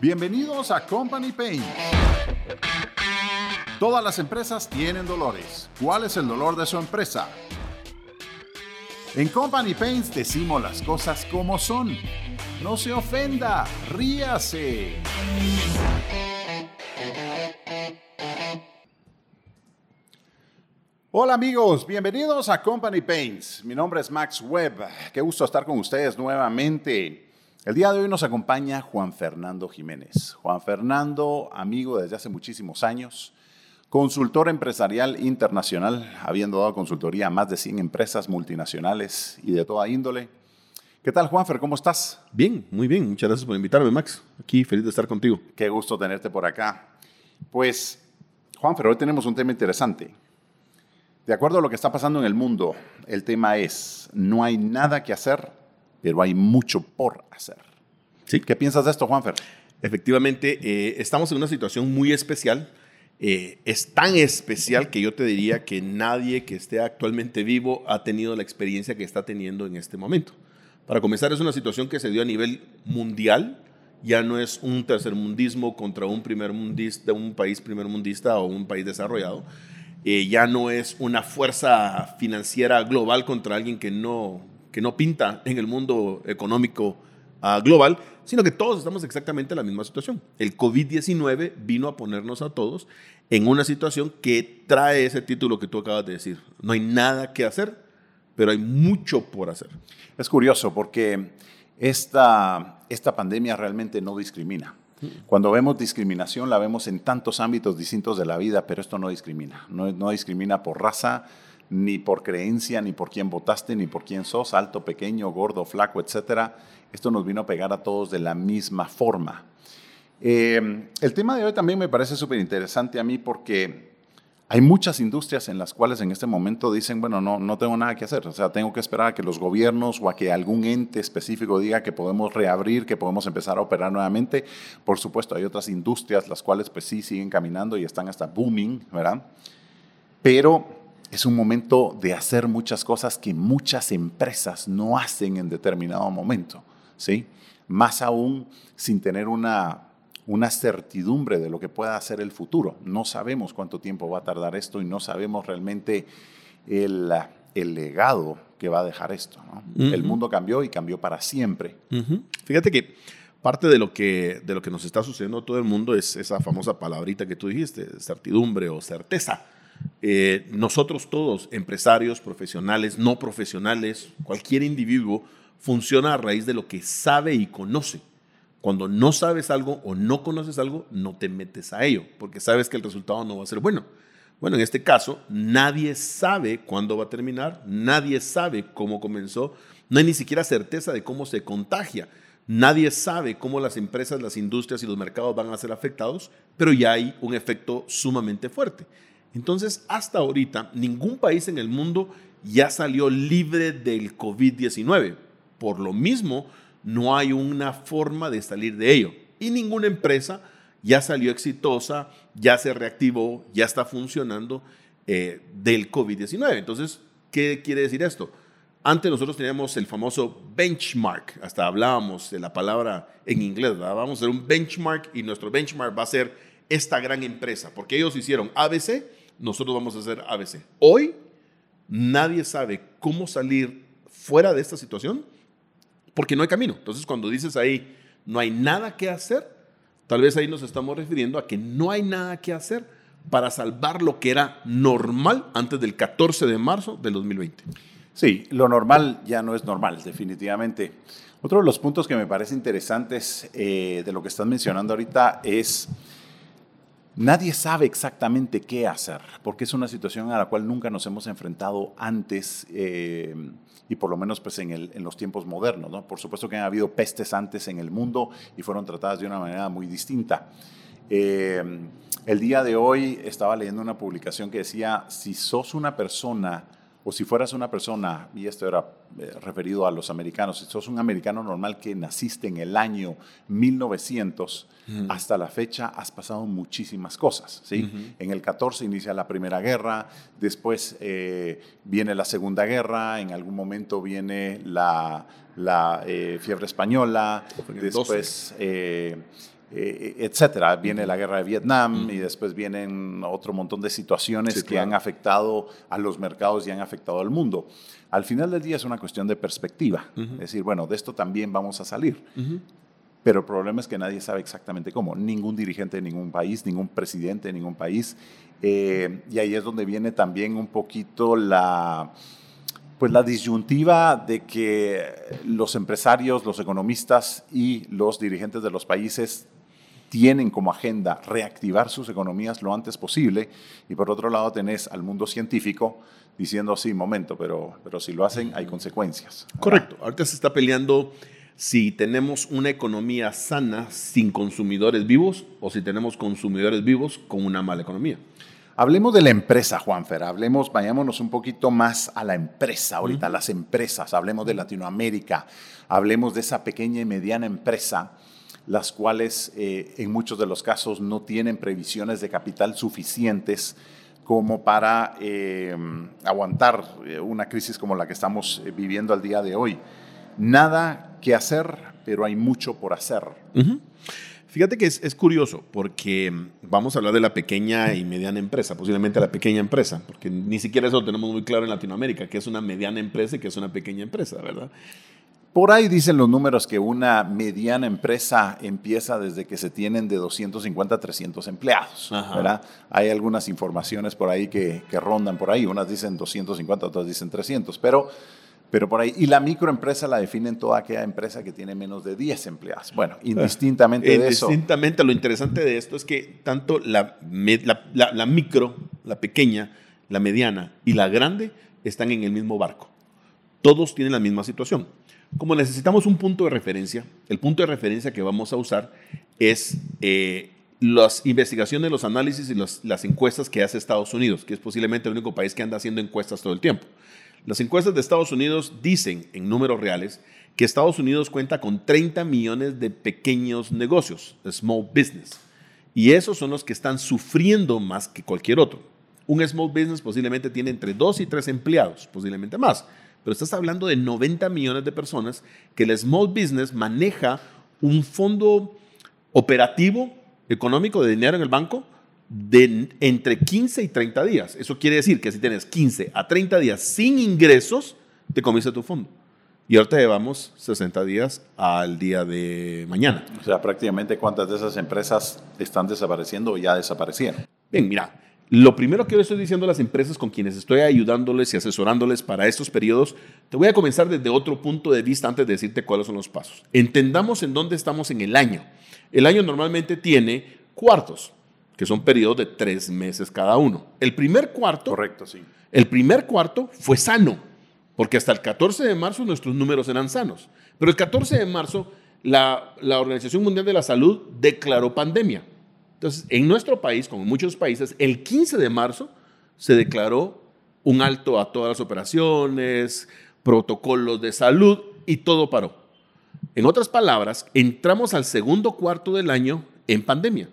Bienvenidos a Company Pain. Todas las empresas tienen dolores. ¿Cuál es el dolor de su empresa? En Company Pains decimos las cosas como son. No se ofenda, ríase. Hola amigos, bienvenidos a Company Pains. Mi nombre es Max Webb. Qué gusto estar con ustedes nuevamente. El día de hoy nos acompaña Juan Fernando Jiménez. Juan Fernando, amigo desde hace muchísimos años, consultor empresarial internacional, habiendo dado consultoría a más de 100 empresas multinacionales y de toda índole. ¿Qué tal, Juanfer? ¿Cómo estás? Bien, muy bien. Muchas gracias por invitarme, Max. Aquí, feliz de estar contigo. Qué gusto tenerte por acá. Pues, Juanfer, hoy tenemos un tema interesante. De acuerdo a lo que está pasando en el mundo, el tema es, no hay nada que hacer, pero hay mucho por hacer. ¿Sí? ¿Qué piensas de esto, Juanfer? Efectivamente, estamos en una situación muy especial. Es tan especial que yo te diría que nadie que esté actualmente vivo ha tenido la experiencia que está teniendo en este momento. Para comenzar, es una situación que se dio a nivel mundial. Ya no es un tercermundismo contra un primermundista, un país primermundista o un país desarrollado. Ya no es una fuerza financiera global contra alguien que no pinta en el mundo económico global, sino que todos estamos exactamente en la misma situación. El COVID-19 vino a ponernos a todos en una situación que trae ese título que tú acabas de decir. No hay nada que hacer, pero hay mucho por hacer. Es curioso porque esta pandemia realmente no discrimina. Cuando vemos discriminación, la vemos en tantos ámbitos distintos de la vida, pero esto no discrimina. No discrimina por raza, ni por creencia, ni por quién votaste, ni por quién sos, alto, pequeño, gordo, flaco, etc. Esto nos vino a pegar a todos de la misma forma. El tema de hoy también me parece súper interesante a mí porque hay muchas industrias en las cuales en este momento dicen, bueno, no tengo nada que hacer. O sea, tengo que esperar a que los gobiernos o a que algún ente específico diga que podemos reabrir, que podemos empezar a operar nuevamente. Por supuesto, hay otras industrias las cuales pues sí siguen caminando y están hasta booming, ¿verdad? Pero es un momento de hacer muchas cosas que muchas empresas no hacen en determinado momento, ¿sí? Más aún sin tener una certidumbre de lo que pueda hacer el futuro. No sabemos cuánto tiempo va a tardar esto y no sabemos realmente el legado que va a dejar esto, ¿no? Uh-huh. El mundo cambió y cambió para siempre. Uh-huh. Fíjate que parte de lo que nos está sucediendo a todo el mundo es esa famosa palabrita que tú dijiste, certidumbre o certeza. Nosotros todos, empresarios, profesionales, no profesionales, cualquier individuo, funciona a raíz de lo que sabe y conoce. Cuando no sabes algo o no conoces algo, no te metes a ello, porque sabes que el resultado no va a ser bueno. Bueno, en este caso, nadie sabe cuándo va a terminar, nadie sabe cómo comenzó, no hay ni siquiera certeza de cómo se contagia, nadie sabe cómo las empresas, las industrias y los mercados van a ser afectados, pero ya hay un efecto sumamente fuerte. Entonces, hasta ahorita, ningún país en el mundo ya salió libre del COVID-19. Por lo mismo, no hay una forma de salir de ello. Y ninguna empresa ya salió exitosa, ya se reactivó, ya está funcionando del COVID-19. Entonces, ¿qué quiere decir esto? Antes nosotros teníamos el famoso benchmark, hasta hablábamos de la palabra en inglés, ¿verdad? Vamos a hacer un benchmark y nuestro benchmark va a ser esta gran empresa, porque ellos hicieron ABC, nosotros vamos a hacer ABC. Hoy nadie sabe cómo salir fuera de esta situación porque no hay camino. Entonces, cuando dices ahí, no hay nada que hacer, tal vez ahí nos estamos refiriendo a que no hay nada que hacer para salvar lo que era normal antes del 14 de marzo del 2020. Sí, lo normal ya no es normal, definitivamente. Otro de los puntos que me parece interesantes de lo que estás mencionando ahorita es nadie sabe exactamente qué hacer, porque es una situación a la cual nunca nos hemos enfrentado antes y por lo menos pues, en los tiempos modernos, ¿no? Por supuesto que han habido pestes antes en el mundo y fueron tratadas de una manera muy distinta. El día de hoy estaba leyendo una publicación que decía, si sos una persona o si fueras una persona, y esto era referido a los americanos, si sos un americano normal que naciste en el año 1900, hasta la fecha has pasado muchísimas cosas, ¿sí? En el 14 inicia la Primera Guerra, después viene la Segunda Guerra, en algún momento viene la fiebre española, después etcétera. Viene la guerra de Vietnam y después vienen otro montón de situaciones que han afectado a los mercados y han afectado al mundo. Al final del día es una cuestión de perspectiva. Es decir, bueno, de esto también vamos a salir. Pero el problema es que nadie sabe exactamente cómo. Ningún dirigente de ningún país, ningún presidente de ningún país. Y ahí es donde viene también un poquito la disyuntiva de que los empresarios, los economistas y los dirigentes de los países tienen como agenda reactivar sus economías lo antes posible, y por otro lado tenés al mundo científico diciendo, sí, momento, pero si lo hacen hay consecuencias. Correcto. Ahorita se está peleando si tenemos una economía sana sin consumidores vivos o si tenemos consumidores vivos con una mala economía. Hablemos de la empresa, Juanfer. Vayámonos un poquito más a la empresa ahorita, las empresas. Hablemos de Latinoamérica, hablemos de esa pequeña y mediana empresa, las cuales en muchos de los casos no tienen previsiones de capital suficientes como para aguantar una crisis como la que estamos viviendo al día de hoy. Nada que hacer, pero hay mucho por hacer. Fíjate que es curioso porque vamos a hablar de la pequeña y mediana empresa, posiblemente la pequeña empresa, porque ni siquiera eso lo tenemos muy claro en Latinoamérica, que es una mediana empresa y que es una pequeña empresa, ¿verdad? Por ahí dicen los números que una mediana empresa empieza desde que se tienen de 250 a 300 empleados, ¿verdad? Hay algunas informaciones por ahí que rondan por ahí, unas dicen 250, otras dicen 300, pero por ahí. Y la microempresa la definen toda aquella empresa que tiene menos de 10 empleados. Bueno, indistintamente de eso. Indistintamente, lo interesante de esto es que tanto la micro, la pequeña, la mediana y la grande están en el mismo barco. Todos tienen la misma situación. Como necesitamos un punto de referencia, el punto de referencia que vamos a usar es las investigaciones, los análisis y las encuestas que hace Estados Unidos, que es posiblemente el único país que anda haciendo encuestas todo el tiempo. Las encuestas de Estados Unidos dicen, en números reales, que Estados Unidos cuenta con 30 millones de pequeños negocios, de small business, y esos son los que están sufriendo más que cualquier otro. Un small business posiblemente tiene entre 2 y 3 empleados, posiblemente más, pero estás hablando de 90 millones de personas que el small business maneja un fondo operativo económico de dinero en el banco de entre 15 y 30 días. Eso quiere decir que si tienes 15 a 30 días sin ingresos, te comiste tu fondo. Y ahora te llevamos 60 días al día de mañana. O sea, prácticamente ¿cuántas de esas empresas están desapareciendo o ya desaparecieron? Bien, mira, lo primero que yo estoy diciendo a las empresas con quienes estoy ayudándoles y asesorándoles para estos periodos, te voy a comenzar desde otro punto de vista antes de decirte cuáles son los pasos. Entendamos en dónde estamos en el año. El año normalmente tiene cuartos, que son periodos de 3 meses cada uno. El primer cuarto, correcto, sí. El primer cuarto fue sano, porque hasta el 14 de marzo nuestros números eran sanos. Pero el 14 de marzo la Organización Mundial de la Salud declaró pandemia. Entonces, en nuestro país, como en muchos países, el 15 de marzo se declaró un alto a todas las operaciones, protocolos de salud y todo paró. En otras palabras, entramos al segundo cuarto del año en pandemia.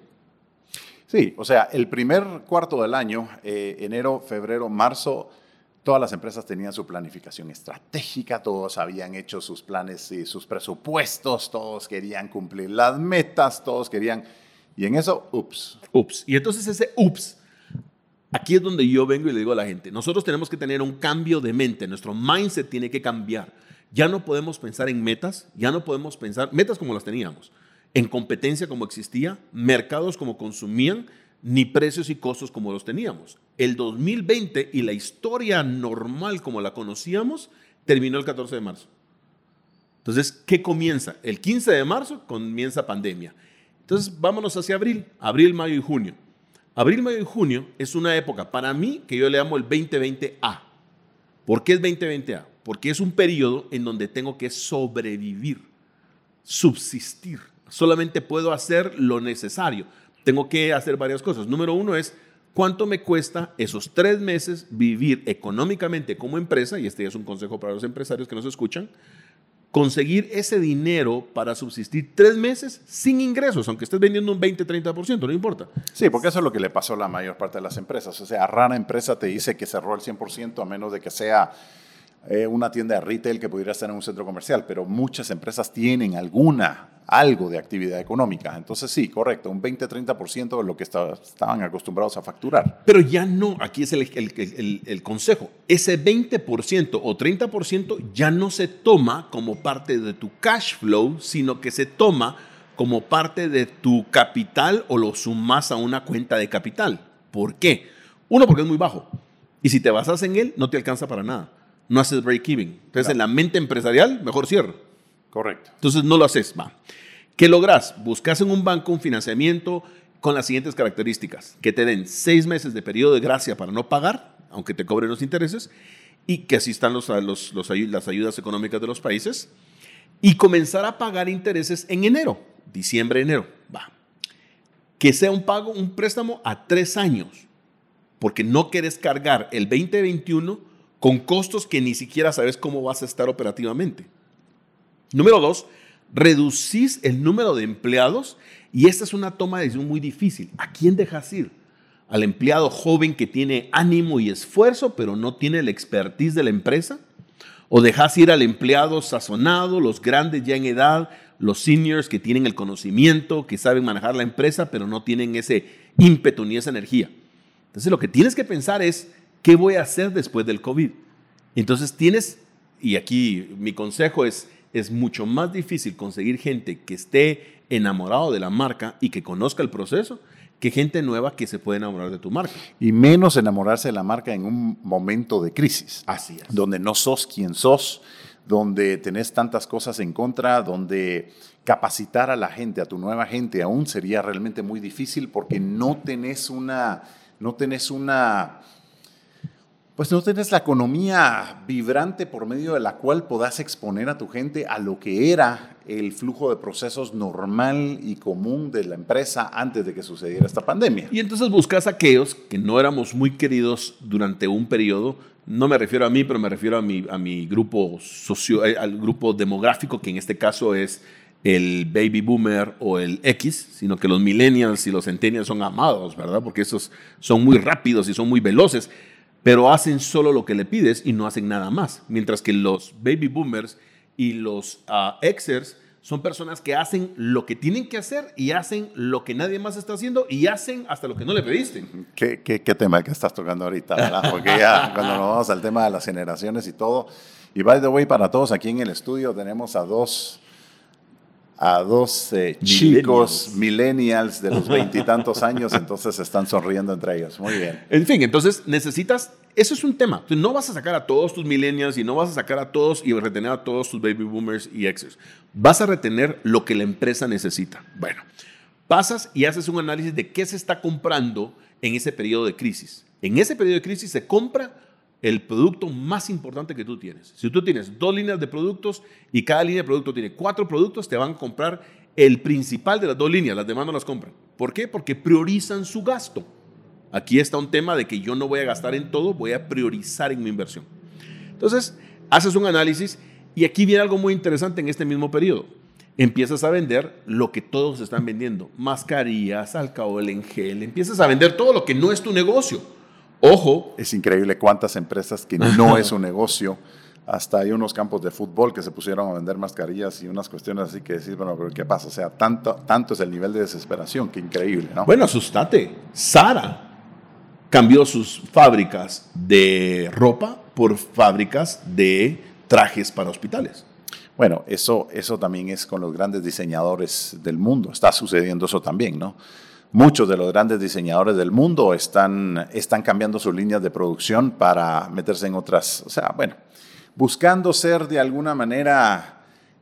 Sí, o sea, el primer cuarto del año, enero, febrero, marzo, todas las empresas tenían su planificación estratégica, todos habían hecho sus planes y sus presupuestos, todos querían cumplir las metas, todos querían... Y en eso, ups. Y entonces ese ups, aquí es donde yo vengo y le digo a la gente, nosotros tenemos que tener un cambio de mente, nuestro mindset tiene que cambiar. Ya no podemos pensar en metas, ya no podemos pensar metas como las teníamos, en competencia como existía, mercados como consumían, ni precios y costos como los teníamos. El 2020 y la historia normal como la conocíamos terminó el 14 de marzo. Entonces, ¿qué comienza? El 15 de marzo comienza pandemia. Entonces, vámonos hacia abril, mayo y junio. Abril, mayo y junio es una época para mí que yo le llamo el 2020A. ¿Por qué es 2020A? Porque es un periodo en donde tengo que sobrevivir, subsistir. Solamente puedo hacer lo necesario. Tengo que hacer varias cosas. Número uno es, ¿cuánto me cuesta esos 3 meses vivir económicamente como empresa? Y este es un consejo para los empresarios que nos escuchan. Conseguir ese dinero para subsistir 3 meses sin ingresos, aunque estés vendiendo un 20-30%, no importa. Sí, porque eso es lo que le pasó a la mayor parte de las empresas. O sea, rara empresa te dice que cerró el 100%, a menos de que sea una tienda de retail que pudiera estar en un centro comercial, pero muchas empresas tienen alguna algo de actividad económica. Entonces sí, correcto, un 20-30% de lo que estaban acostumbrados a facturar. Pero ya no, aquí es el consejo, ese 20% o 30% ya no se toma como parte de tu cash flow, sino que se toma como parte de tu capital o lo sumas a una cuenta de capital. ¿Por qué? Uno, porque es muy bajo. Y si te basas en él, no te alcanza para nada. No haces break-even. Entonces, no. En la mente empresarial, mejor cierra. Correcto. Entonces, no lo haces. Va. ¿Qué logras? Buscas en un banco un financiamiento con las siguientes características. Que te den 6 meses de periodo de gracia para no pagar, aunque te cobren los intereses, y que así están las ayudas económicas de los países, y comenzar a pagar intereses en enero. Diciembre, enero, va. Que sea un préstamo a 3 años, porque no quieres cargar el 2021 con costos que ni siquiera sabes cómo vas a estar operativamente. Número 2, reducís el número de empleados y esta es una toma de decisión muy difícil. ¿A quién dejas ir? ¿Al empleado joven que tiene ánimo y esfuerzo, pero no tiene el expertise de la empresa? ¿O dejas ir al empleado sazonado, los grandes ya en edad, los seniors que tienen el conocimiento, que saben manejar la empresa, pero no tienen ese ímpetu ni esa energía? Entonces, lo que tienes que pensar es, ¿qué voy a hacer después del COVID? Entonces, y aquí mi consejo es mucho más difícil conseguir gente que esté enamorado de la marca y que conozca el proceso, que gente nueva que se puede enamorar de tu marca. Y menos enamorarse de la marca en un momento de crisis. Así es. Donde no sos quien sos, donde tenés tantas cosas en contra, donde capacitar a la gente, a tu nueva gente, aún sería realmente muy difícil porque no tenés la economía vibrante por medio de la cual podás exponer a tu gente a lo que era el flujo de procesos normal y común de la empresa antes de que sucediera esta pandemia. Y entonces buscas a aquellos que no éramos muy queridos durante un periodo. No me refiero a mí, pero me refiero a mi grupo al grupo demográfico, que en este caso es el baby boomer o el X, sino que los millennials y los centennials son amados, ¿verdad? Porque esos son muy rápidos y son muy veloces, pero hacen solo lo que le pides y no hacen nada más. Mientras que los baby boomers y los Xers son personas que hacen lo que tienen que hacer y hacen lo que nadie más está haciendo y hacen hasta lo que no le pediste. ¿Qué tema que estás tocando ahorita, ¿verdad? Porque ya cuando nos vamos al tema de las generaciones y todo, y by the way, para todos aquí en el estudio tenemos a dos chicos millennials de los 20 y tantos años, entonces están sonriendo entre ellos. Muy bien. En fin, entonces eso es un tema. Tú no vas a sacar a todos tus millennials y no vas a sacar a todos y retener a todos tus baby boomers y exes. Vas a retener lo que la empresa necesita. Bueno, pasas y haces un análisis de qué se está comprando en ese periodo de crisis. En ese periodo de crisis se compra el producto más importante que tú tienes. Si tú tienes 2 líneas de productos y cada línea de producto tiene 4 productos, te van a comprar el principal de las 2 líneas, las demás no las compran. ¿Por qué? Porque priorizan su gasto. Aquí está un tema de que yo no voy a gastar en todo, voy a priorizar en mi inversión. Entonces, haces un análisis y aquí viene algo muy interesante en este mismo periodo. Empiezas a vender lo que todos están vendiendo, mascarillas, alcohol en gel, empiezas a vender todo lo que no es tu negocio. Ojo. Es increíble cuántas empresas que no es un negocio, hasta hay unos campos de fútbol que se pusieron a vender mascarillas y unas cuestiones así que decís, bueno, pero ¿qué pasa? O sea, tanto es el nivel de desesperación, que increíble, ¿no? Bueno, asustate. Zara cambió sus fábricas de ropa por fábricas de trajes para hospitales. Bueno, eso también es con los grandes diseñadores del mundo. Está sucediendo eso también, ¿no? Muchos de los grandes diseñadores del mundo están cambiando sus líneas de producción para meterse en otras, o sea, bueno, buscando ser de alguna manera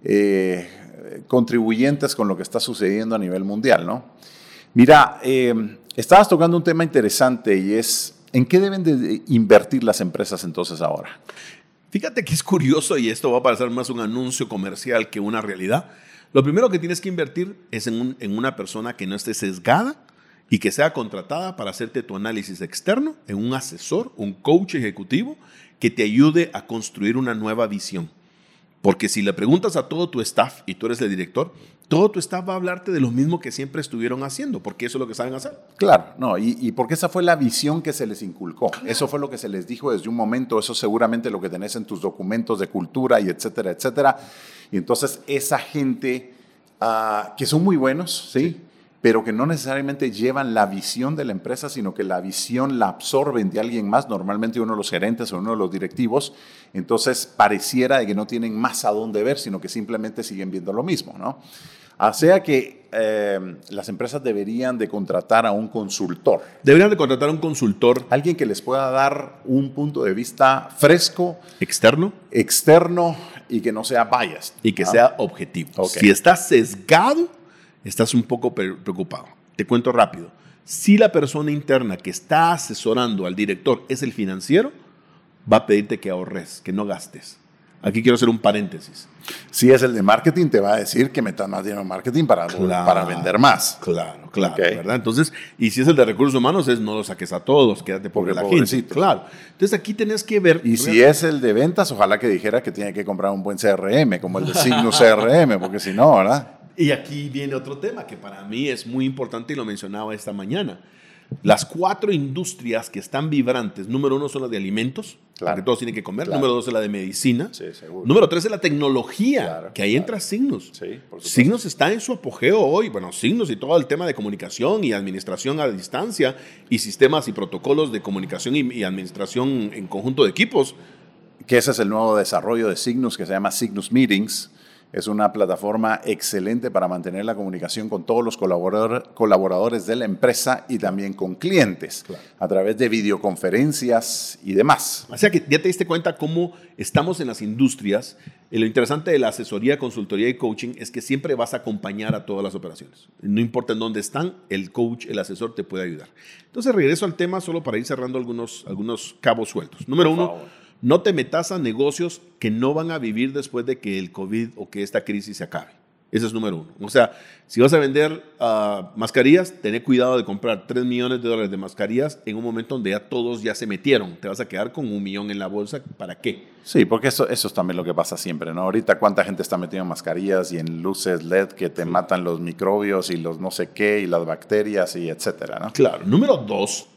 contribuyentes con lo que está sucediendo a nivel mundial, ¿no? Mira, estabas tocando un tema interesante y es, ¿en qué deben de invertir las empresas entonces ahora? Fíjate que es curioso y esto va a parecer más un anuncio comercial que una realidad. Lo primero que tienes que invertir es en una persona que no esté sesgada y que sea contratada para hacerte tu análisis externo, en un asesor, un coach ejecutivo que te ayude a construir una nueva visión. Porque si le preguntas a todo tu staff y tú eres el director, todo tu staff va a hablarte de lo mismo que siempre estuvieron haciendo, porque eso es lo que saben hacer. Claro, no, y porque esa fue la visión que se les inculcó. Claro. Eso fue lo que se les dijo desde un momento, eso seguramente lo que tenés en tus documentos de cultura y etcétera, etcétera. Y entonces esa gente que son muy buenos, ¿sí? Pero que no necesariamente llevan la visión de la empresa, sino que la visión la absorben de alguien más, normalmente uno de los gerentes o uno de los directivos. Entonces, pareciera de que no tienen más a dónde ver, sino que simplemente siguen viendo lo mismo, ¿no? O sea que las empresas deberían de contratar a un consultor. Deberían de contratar a un consultor. Alguien que les pueda dar un punto de vista fresco. Externo. Y que no sea biased. Y que sea objetivo. Okay. Si estás sesgado, estás un poco preocupado. Te cuento rápido. Si la persona interna que está asesorando al director es el financiero, va a pedirte que ahorres, que no gastes. Aquí quiero hacer un paréntesis. Si es el de marketing, te va a decir que metas más dinero en marketing para vender más. Claro, ¿verdad? Entonces, y si es el de recursos humanos, es no lo saques a todos, quédate por la gente. Claro. Entonces, aquí tenés que ver. Y si es el de ventas, ojalá que dijera que tiene que comprar un buen CRM, como el de Signus CRM, porque si no, ¿verdad? Y aquí viene otro tema que para mí es muy importante y lo mencionaba esta mañana. Las 4 industrias que están vibrantes, número 1 son las de alimentos, porque todos tienen que comer, número 2 es la de medicina, número 3 es la tecnología, que ahí entra Signus. Sí, Signus está en su apogeo hoy, bueno, Signus y todo el tema de comunicación y administración a distancia y sistemas y protocolos de comunicación y administración en conjunto de equipos. Que ese es el nuevo desarrollo de Signus, que se llama Signus Meetings. Es una plataforma excelente para mantener la comunicación con todos los colaboradores de la empresa y también con clientes, a través de videoconferencias y demás. O sea que ya te diste cuenta cómo estamos en las industrias. Lo interesante de la asesoría, consultoría y coaching es que siempre vas a acompañar a todas las operaciones. No importa en dónde están, el coach, el asesor te puede ayudar. Entonces regreso al tema solo para ir cerrando algunos cabos sueltos. Número 1. No te metas a negocios que no van a vivir después de que el COVID o que esta crisis se acabe. Ese es número 1. O sea, si vas a vender mascarillas, ten cuidado de comprar $3 millones de mascarillas en un momento donde ya todos ya se metieron. Te vas a quedar con $1 millón en la bolsa. ¿Para qué? Sí, porque eso es también lo que pasa siempre, ¿no? Ahorita cuánta gente está metida en mascarillas y en luces LED que te matan los microbios y los no sé qué y las bacterias y etcétera, ¿no? Claro. Número 2,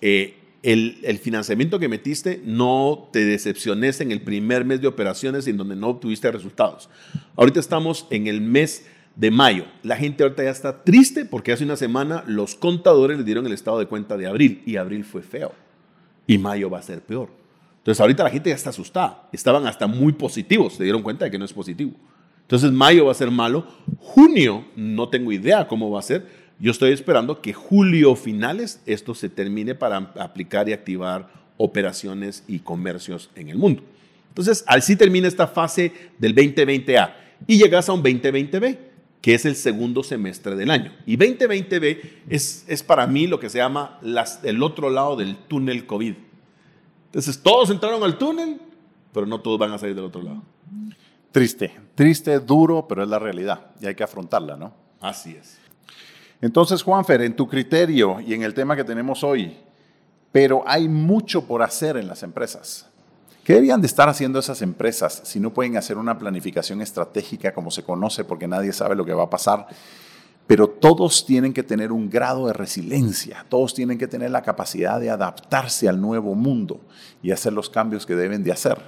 el financiamiento que metiste, no te decepciones en el primer mes de operaciones en donde no obtuviste resultados. Ahorita estamos en el mes de mayo. La gente ahorita ya está triste porque hace una semana los contadores les dieron el estado de cuenta de abril y abril fue feo y mayo va a ser peor. Entonces ahorita la gente ya está asustada. Estaban hasta muy positivos, se dieron cuenta de que no es positivo. Entonces mayo va a ser malo. Junio no tengo idea cómo va a ser. Yo estoy esperando que julio finales esto se termine para aplicar y activar operaciones y comercios en el mundo. Entonces, así termina esta fase del 2020A y llegas a un 2020B, que es el segundo semestre del año. Y 2020B es para mí lo que se llama el otro lado del túnel COVID. Entonces, todos entraron al túnel, pero no todos van a salir del otro lado. Triste, duro, pero es la realidad y hay que afrontarla, ¿no? Así es. Entonces, Juanfer, en tu criterio y en el tema que tenemos hoy, pero hay mucho por hacer en las empresas. ¿Qué deberían de estar haciendo esas empresas si no pueden hacer una planificación estratégica como se conoce porque nadie sabe lo que va a pasar? Pero todos tienen que tener un grado de resiliencia, todos tienen que tener la capacidad de adaptarse al nuevo mundo y hacer los cambios que deben de hacer.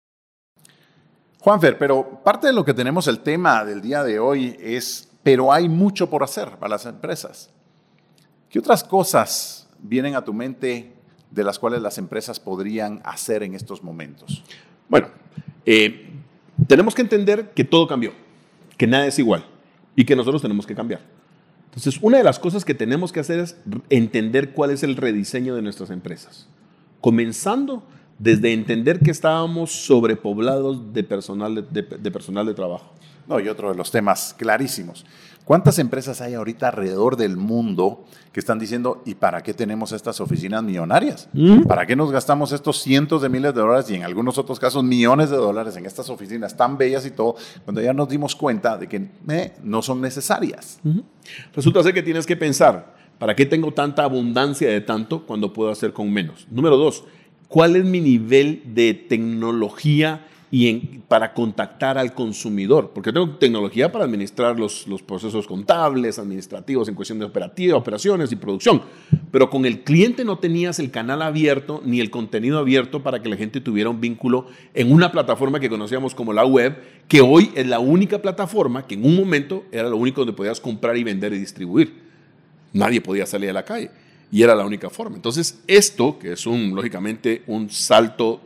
Juanfer, pero parte de lo que tenemos el tema del día de hoy es, pero hay mucho por hacer para las empresas. ¿Qué otras cosas vienen a tu mente de las cuales las empresas podrían hacer en estos momentos? Bueno, tenemos que entender que todo cambió, que nada es igual y que nosotros tenemos que cambiar. Entonces, una de las cosas que tenemos que hacer es entender cuál es el rediseño de nuestras empresas. Comenzando desde entender que estábamos sobrepoblados de personal de trabajo. No, y otro de los temas clarísimos. ¿Cuántas empresas hay ahorita alrededor del mundo que están diciendo, ¿y para qué tenemos estas oficinas millonarias? ¿Para qué nos gastamos estos cientos de miles de dólares y en algunos otros casos millones de dólares en estas oficinas tan bellas y todo, cuando ya nos dimos cuenta de que no son necesarias? Resulta ser que tienes que pensar, ¿para qué tengo tanta abundancia de tanto cuando puedo hacer con menos? Número 2, ¿cuál es mi nivel de tecnología para contactar al consumidor? Porque tengo tecnología para administrar los procesos contables, administrativos en cuestión de operaciones y producción, pero con el cliente no tenías el canal abierto ni el contenido abierto para que la gente tuviera un vínculo en una plataforma que conocíamos como la web, que hoy es la única plataforma que en un momento era lo único donde podías comprar y vender y distribuir. Nadie podía salir a la calle y era la única forma. Entonces, esto, que es lógicamente un salto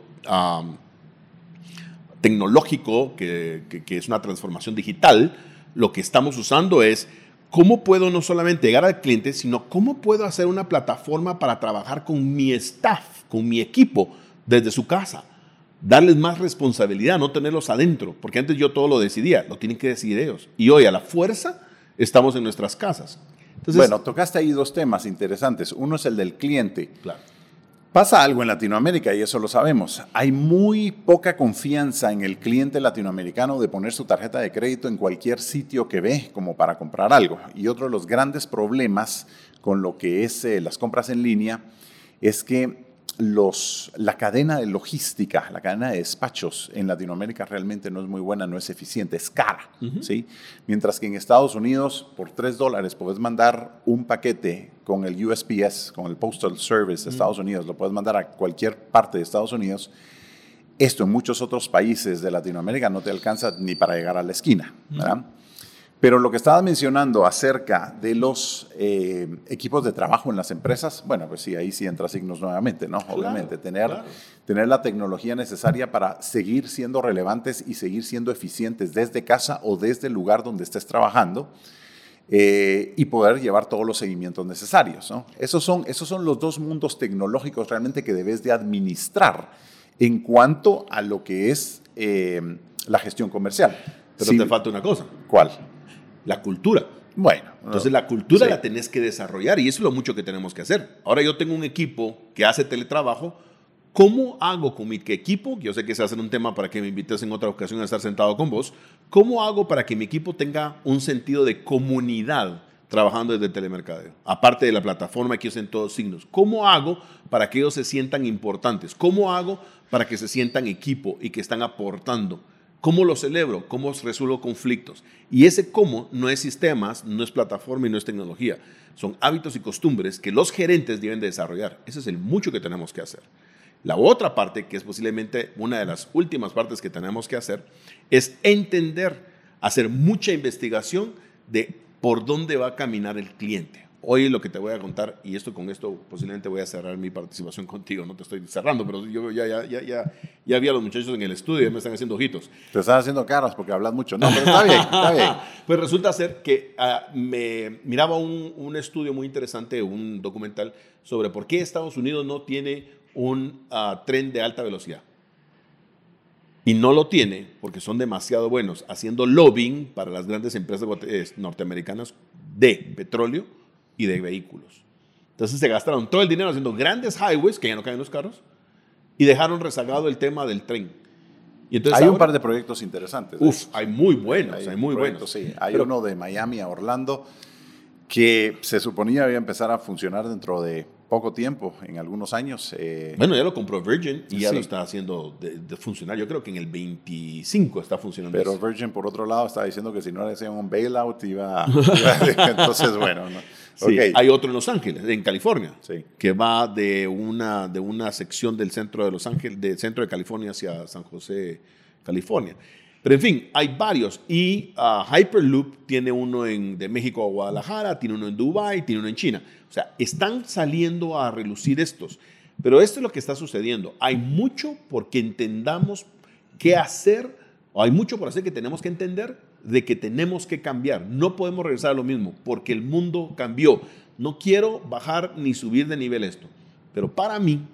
tecnológico, que es una transformación digital, lo que estamos usando es cómo puedo no solamente llegar al cliente, sino cómo puedo hacer una plataforma para trabajar con mi staff, con mi equipo, desde su casa. Darles más responsabilidad, no tenerlos adentro, porque antes yo todo lo decidía, lo tienen que decidir ellos. Y hoy a la fuerza estamos en nuestras casas. Entonces, bueno, tocaste ahí dos temas interesantes. Uno es el del cliente. Claro. Pasa algo en Latinoamérica y eso lo sabemos. Hay muy poca confianza en el cliente latinoamericano de poner su tarjeta de crédito en cualquier sitio que ve como para comprar algo. Y otro de los grandes problemas con lo que es las compras en línea es que la cadena de logística, la cadena de despachos en Latinoamérica realmente no es muy buena, no es eficiente, es cara. ¿Sí? Mientras que en Estados Unidos, por $3, puedes mandar un paquete con el USPS, con el Postal Service de Estados Unidos, lo puedes mandar a cualquier parte de Estados Unidos. Esto en muchos otros países de Latinoamérica no te alcanza ni para llegar a la esquina, ¿verdad? Pero lo que estabas mencionando acerca de los equipos de trabajo en las empresas, bueno, pues sí, ahí sí entra Signos nuevamente, ¿no? Claro, obviamente, tener la tecnología necesaria para seguir siendo relevantes y seguir siendo eficientes desde casa o desde el lugar donde estés trabajando y poder llevar todos los seguimientos necesarios, ¿no? Esos son los dos mundos tecnológicos realmente que debes de administrar en cuanto a lo que es la gestión comercial. Pero te falta una cosa. ¿Cuál? La cultura. Bueno. Entonces la cultura la tenés que desarrollar y eso es lo mucho que tenemos que hacer. Ahora yo tengo un equipo que hace teletrabajo. ¿Cómo hago con mi equipo? Yo sé que se va a hacer un tema para que me invites en otra ocasión a estar sentado con vos. ¿Cómo hago para que mi equipo tenga un sentido de comunidad trabajando desde el telemercadeo? Aparte de la plataforma que usen todos signos. ¿Cómo hago para que ellos se sientan importantes? ¿Cómo hago para que se sientan equipo y que están aportando? ¿Cómo lo celebro? ¿Cómo resuelvo conflictos? Y ese cómo no es sistemas, no es plataforma y no es tecnología. Son hábitos y costumbres que los gerentes deben de desarrollar. Ese es el mucho que tenemos que hacer. La otra parte, que es posiblemente una de las últimas partes que tenemos que hacer, es entender, hacer mucha investigación de por dónde va a caminar el cliente. Hoy lo que te voy a contar, y con esto posiblemente voy a cerrar mi participación contigo, no te estoy cerrando, pero yo ya vi a los muchachos en el estudio y me están haciendo ojitos. Te están haciendo caras porque hablas mucho. No, pero está bien, está bien. Pues resulta ser que me miraba un estudio muy interesante, un documental sobre por qué Estados Unidos no tiene un tren de alta velocidad. Y no lo tiene porque son demasiado buenos haciendo lobbying para las grandes empresas norteamericanas de petróleo y de vehículos. Entonces se gastaron todo el dinero haciendo grandes highways que ya no caen los carros y dejaron rezagado el tema del tren. Y entonces hay un par de proyectos interesantes. Hay muy buenos, hay muy buenos. Sí. Hay uno de Miami a Orlando que se suponía iba a empezar a funcionar dentro de poco tiempo, en algunos años. Bueno, ya lo compró Virgin y ya lo está haciendo de funcionar. Yo creo que en el 25 está funcionando. Pero eso. Virgin, por otro lado, estaba diciendo que si no le hacían un bailout, iba entonces, bueno. ¿no? Sí, hay otro en Los Ángeles, en California, que va de una sección del centro de Los Ángeles, del centro de California hacia San José, California. Pero en fin, hay varios. Y Hyperloop tiene uno de México a Guadalajara, tiene uno en Dubái, tiene uno en China. O sea, están saliendo a relucir estos. Pero esto es lo que está sucediendo. Hay mucho porque entendamos qué hacer, o hay mucho por hacer que tenemos que entender de que tenemos que cambiar. No podemos regresar a lo mismo porque el mundo cambió. No quiero bajar ni subir de nivel esto. Pero para mí,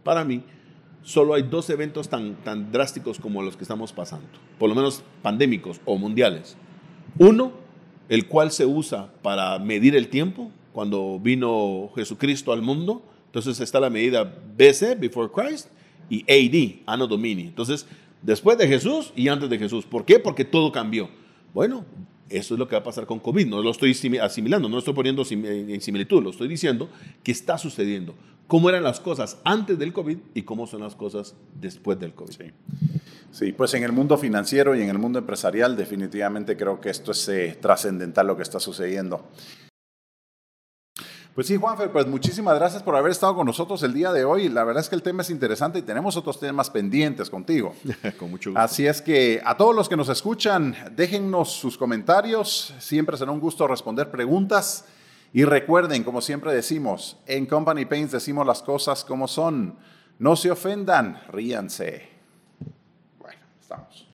solo hay dos eventos tan drásticos como los que estamos pasando, por lo menos pandémicos o mundiales. Uno, el cual se usa para medir el tiempo, cuando vino Jesucristo al mundo. Entonces está la medida BC, Before Christ, y AD, Anno Domini. Entonces, después de Jesús y antes de Jesús. ¿Por qué? Porque todo cambió. Bueno, eso es lo que va a pasar con COVID. No lo estoy asimilando, no lo estoy poniendo en similitud, lo estoy diciendo que está sucediendo. Cómo eran las cosas antes del COVID y cómo son las cosas después del COVID. Sí, pues en el mundo financiero y en el mundo empresarial definitivamente creo que esto es trascendental lo que está sucediendo. Pues sí, Juanfer, pues muchísimas gracias por haber estado con nosotros el día de hoy. La verdad es que el tema es interesante y tenemos otros temas pendientes contigo. Con mucho gusto. Así es que a todos los que nos escuchan, déjennos sus comentarios. Siempre será un gusto responder preguntas. Y recuerden, como siempre decimos, en Company Paints decimos las cosas como son. No se ofendan, ríanse. Bueno, estamos.